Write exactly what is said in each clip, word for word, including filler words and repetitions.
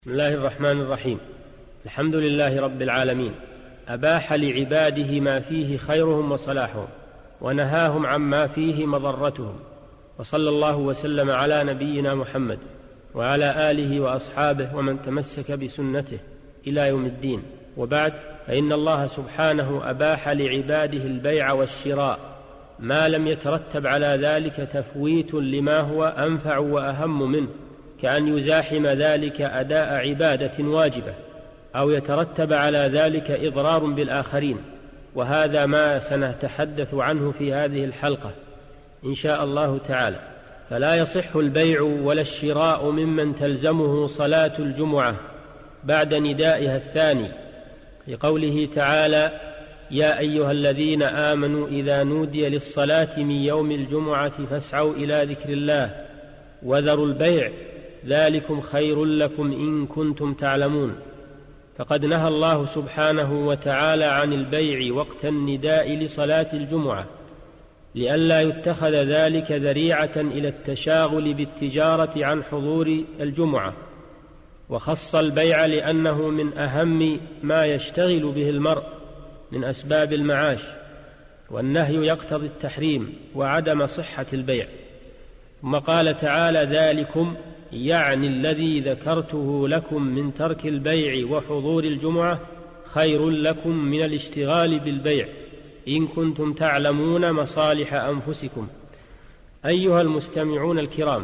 بسم الله الرحمن الرحيم. الحمد لله رب العالمين، أباح لعباده ما فيه خيرهم وصلاحهم، ونهاهم عما فيه مضرتهم، وصلى الله وسلم على نبينا محمد وعلى آله وأصحابه ومن تمسك بسنته إلى يوم الدين. وبعد، فإن الله سبحانه أباح لعباده البيع والشراء ما لم يترتب على ذلك تفويت لما هو أنفع وأهم منه، كأن يزاحم ذلك أداء عبادة واجبة، أو يترتب على ذلك إضرار بالآخرين، وهذا ما سنتحدث عنه في هذه الحلقة إن شاء الله تعالى. فلا يصح البيع ولا الشراء ممن تلزمه صلاة الجمعة بعد ندائها الثاني، لقوله تعالى: يا أيها الذين آمنوا إذا نودي للصلاة من يوم الجمعة فاسعوا إلى ذكر الله وذروا البيع ذلكم خير لكم إن كنتم تعلمون. فقد نهى الله سبحانه وتعالى عن البيع وقت النداء لصلاة الجمعة، لئلا يتخذ ذلك ذريعة إلى التشاغل بالتجارة عن حضور الجمعة، وخص البيع لأنه من أهم ما يشتغل به المرء من أسباب المعاش، والنهي يقتضي التحريم وعدم صحة البيع. ثم قال تعالى: ذلكم يعني الذي ذكرته لكم من ترك البيع وحضور الجمعة خير لكم من الاشتغال بالبيع إن كنتم تعلمون مصالح أنفسكم. أيها المستمعون الكرام،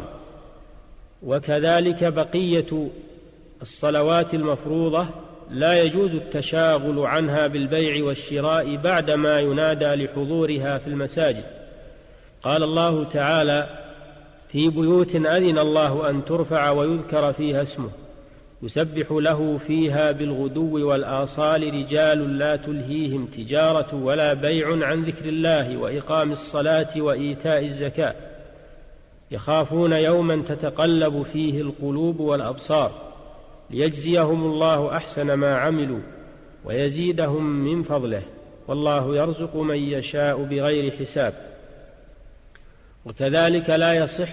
وكذلك بقية الصلوات المفروضة لا يجوز التشاغل عنها بالبيع والشراء بعدما ينادى لحضورها في المساجد. قال الله تعالى: في بيوت أذن الله أن ترفع ويذكر فيها اسمه يسبح له فيها بالغدو والآصال رجال لا تلهيهم تجارة ولا بيع عن ذكر الله وإقام الصلاة وإيتاء الزكاة يخافون يوما تتقلب فيه القلوب والأبصار ليجزيهم الله أحسن ما عملوا ويزيدهم من فضله والله يرزق من يشاء بغير حساب. وكذلك لا يصح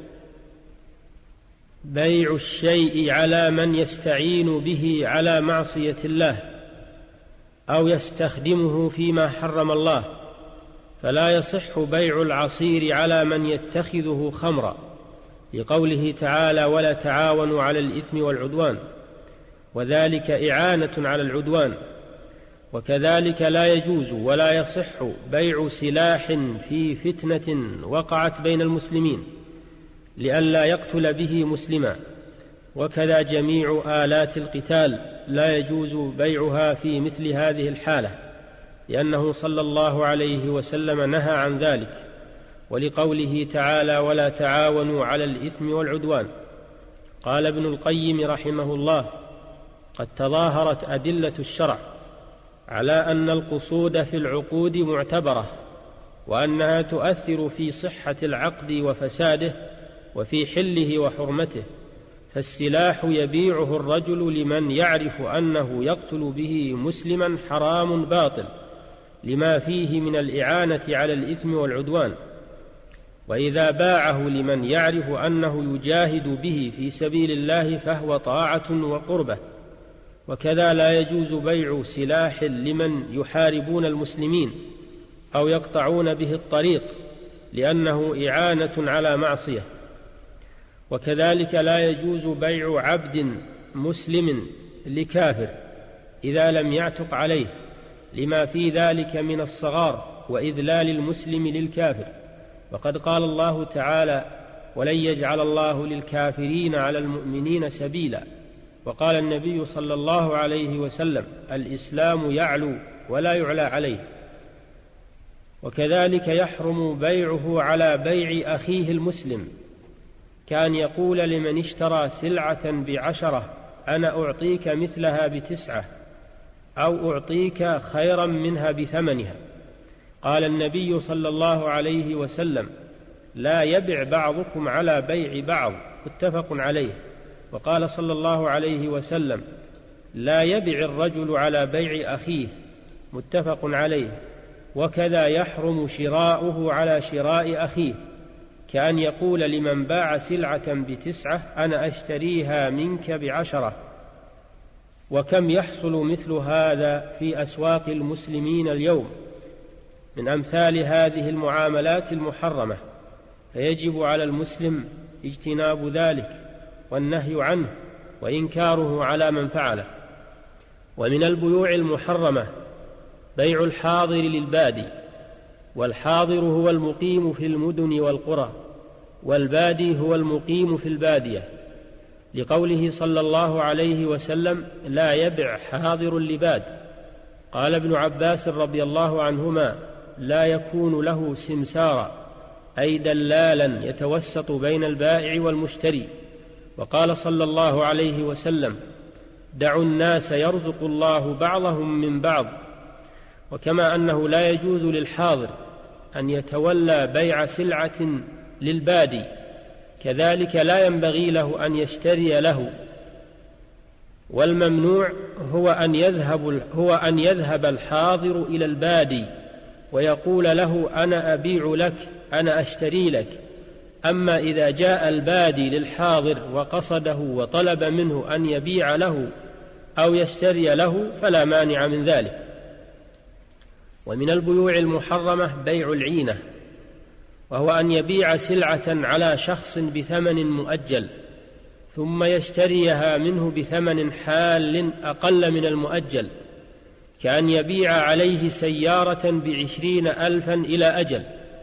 بيع الشيء على من يستعين به على معصية الله أو يستخدمه فيما حرم الله، فلا يصح بيع العصير على من يتخذه خمرا، لقوله تعالى: ولا تعاونوا على الإثم والعدوان، وذلك إعانة على العدوان. وكذلك لا يجوز ولا يصح بيع سلاح في فتنة وقعت بين المسلمين لئلا يقتل به مسلما، وكذا جميع آلات القتال لا يجوز بيعها في مثل هذه الحالة، لأنه صلى الله عليه وسلم نهى عن ذلك، ولقوله تعالى: ولا تعاونوا على الإثم والعدوان. قال ابن القيم رحمه الله: قد تظاهرت أدلة الشرع على أن القصود في العقود معتبرة، وأنها تؤثر في صحة العقد وفساده وفي حله وحرمته، فالسلاح يبيعه الرجل لمن يعرف أنه يقتل به مسلما حرام باطل لما فيه من الإعانة على الإثم والعدوان، وإذا باعه لمن يعرف أنه يجاهد به في سبيل الله فهو طاعة وقربة. وكذا لا يجوز بيع سلاح لمن يحاربون المسلمين أو يقطعون به الطريق لأنه إعانة على معصية. وكذلك لا يجوز بيع عبد مسلم لكافر إذا لم يعتق عليه، لما في ذلك من الصغار وإذلال المسلم للكافر، وقد قال الله تعالى: ولن يجعل الله للكافرين على المؤمنين سبيلا. وقال النبي صلى الله عليه وسلم: الإسلام يعلو ولا يعلى عليه. وكذلك يحرم بيعه على بيع أخيه المسلم، كان يقول لمن اشترى سلعة بعشرة: أنا أعطيك مثلها بتسعة، أو أعطيك خيرا منها بثمنها. قال النبي صلى الله عليه وسلم: لا يبع بعضكم على بيع بعض، متفق عليه. وقال صلى الله عليه وسلم: لا يبع الرجل على بيع أخيه، متفق عليه. وكذا يحرم شراؤه على شراء أخيه، كأن يقول لمن باع سلعة بتسعة: أنا أشتريها منك بعشرة، وكم يحصل مثل هذا في أسواق المسلمين اليوم من أمثال هذه المعاملات المحرمة، فيجب على المسلم اجتناب ذلك والنهي عنه وإنكاره على من فعله. ومن البيوع المحرمة بيع الحاضر للبادي، والحاضر هو المقيم في المدن والقرى، والبادي هو المقيم في البادية، لقوله صلى الله عليه وسلم: لا يبع حاضر لباد. قال ابن عباس رضي الله عنهما: لا يكون له سمسارا، أي دلالا يتوسط بين البائع والمشتري. وقال صلى الله عليه وسلم: دعوا الناس يرزق الله بعضهم من بعض. وكما أنه لا يجوز للحاضر أن يتولى بيع سلعة للبادي، كذلك لا ينبغي له أن يشتري له. والممنوع هو أن يذهب هو أن يذهب الحاضر إلى البادي ويقول له: أنا أبيع لك، أنا أشتري لك. أما إذا جاء البادي للحاضر وقصده وطلب منه أن يبيع له أو يشتري له فلا مانع من ذلك. ومن البيوع المحرمة بيع العينة، وهو أن يبيع سلعة على شخص بثمن مؤجل ثم يشتريها منه بثمن حال أقل من المؤجل، كأن يبيع عليه سيارة بعشرين ألفا إلى أجل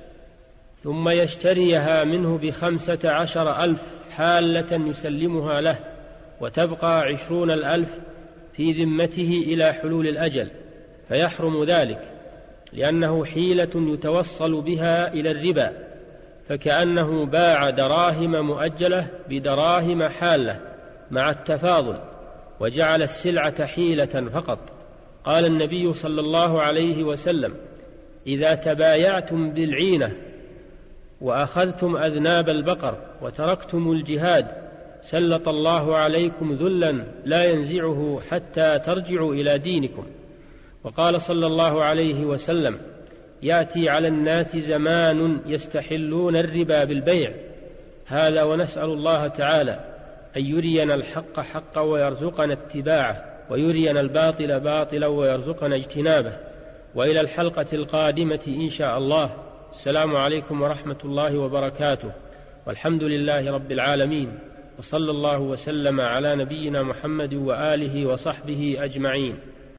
ثم يشتريها منه بخمسة عشر ألف حالة يسلمها له، وتبقى عشرون الألف في ذمته إلى حلول الأجل، فيحرم ذلك، لأنه حيلة يتوصل بها إلى الربا، فكأنه باع دراهم مؤجلة بدراهم حالة مع التفاضل، وجعل السلعة حيلة فقط. قال النبي صلى الله عليه وسلم: إذا تبايعتم بالعينة وأخذتم أذناب البقر وتركتم الجهاد سلط الله عليكم ذلا لا ينزعه حتى ترجعوا إلى دينكم. وقال صلى الله عليه وسلم: يأتي على الناس زمان يستحلون الربا بالبيع. هذا ونسأل الله تعالى أن يرينا الحق حقا ويرزقنا اتباعه، ويرينا الباطل باطلا ويرزقنا اجتنابه. وإلى الحلقة القادمة إن شاء الله. السلام عليكم ورحمة الله وبركاته، والحمد لله رب العالمين، وصلى الله وسلم على نبينا محمد وآله وصحبه أجمعين.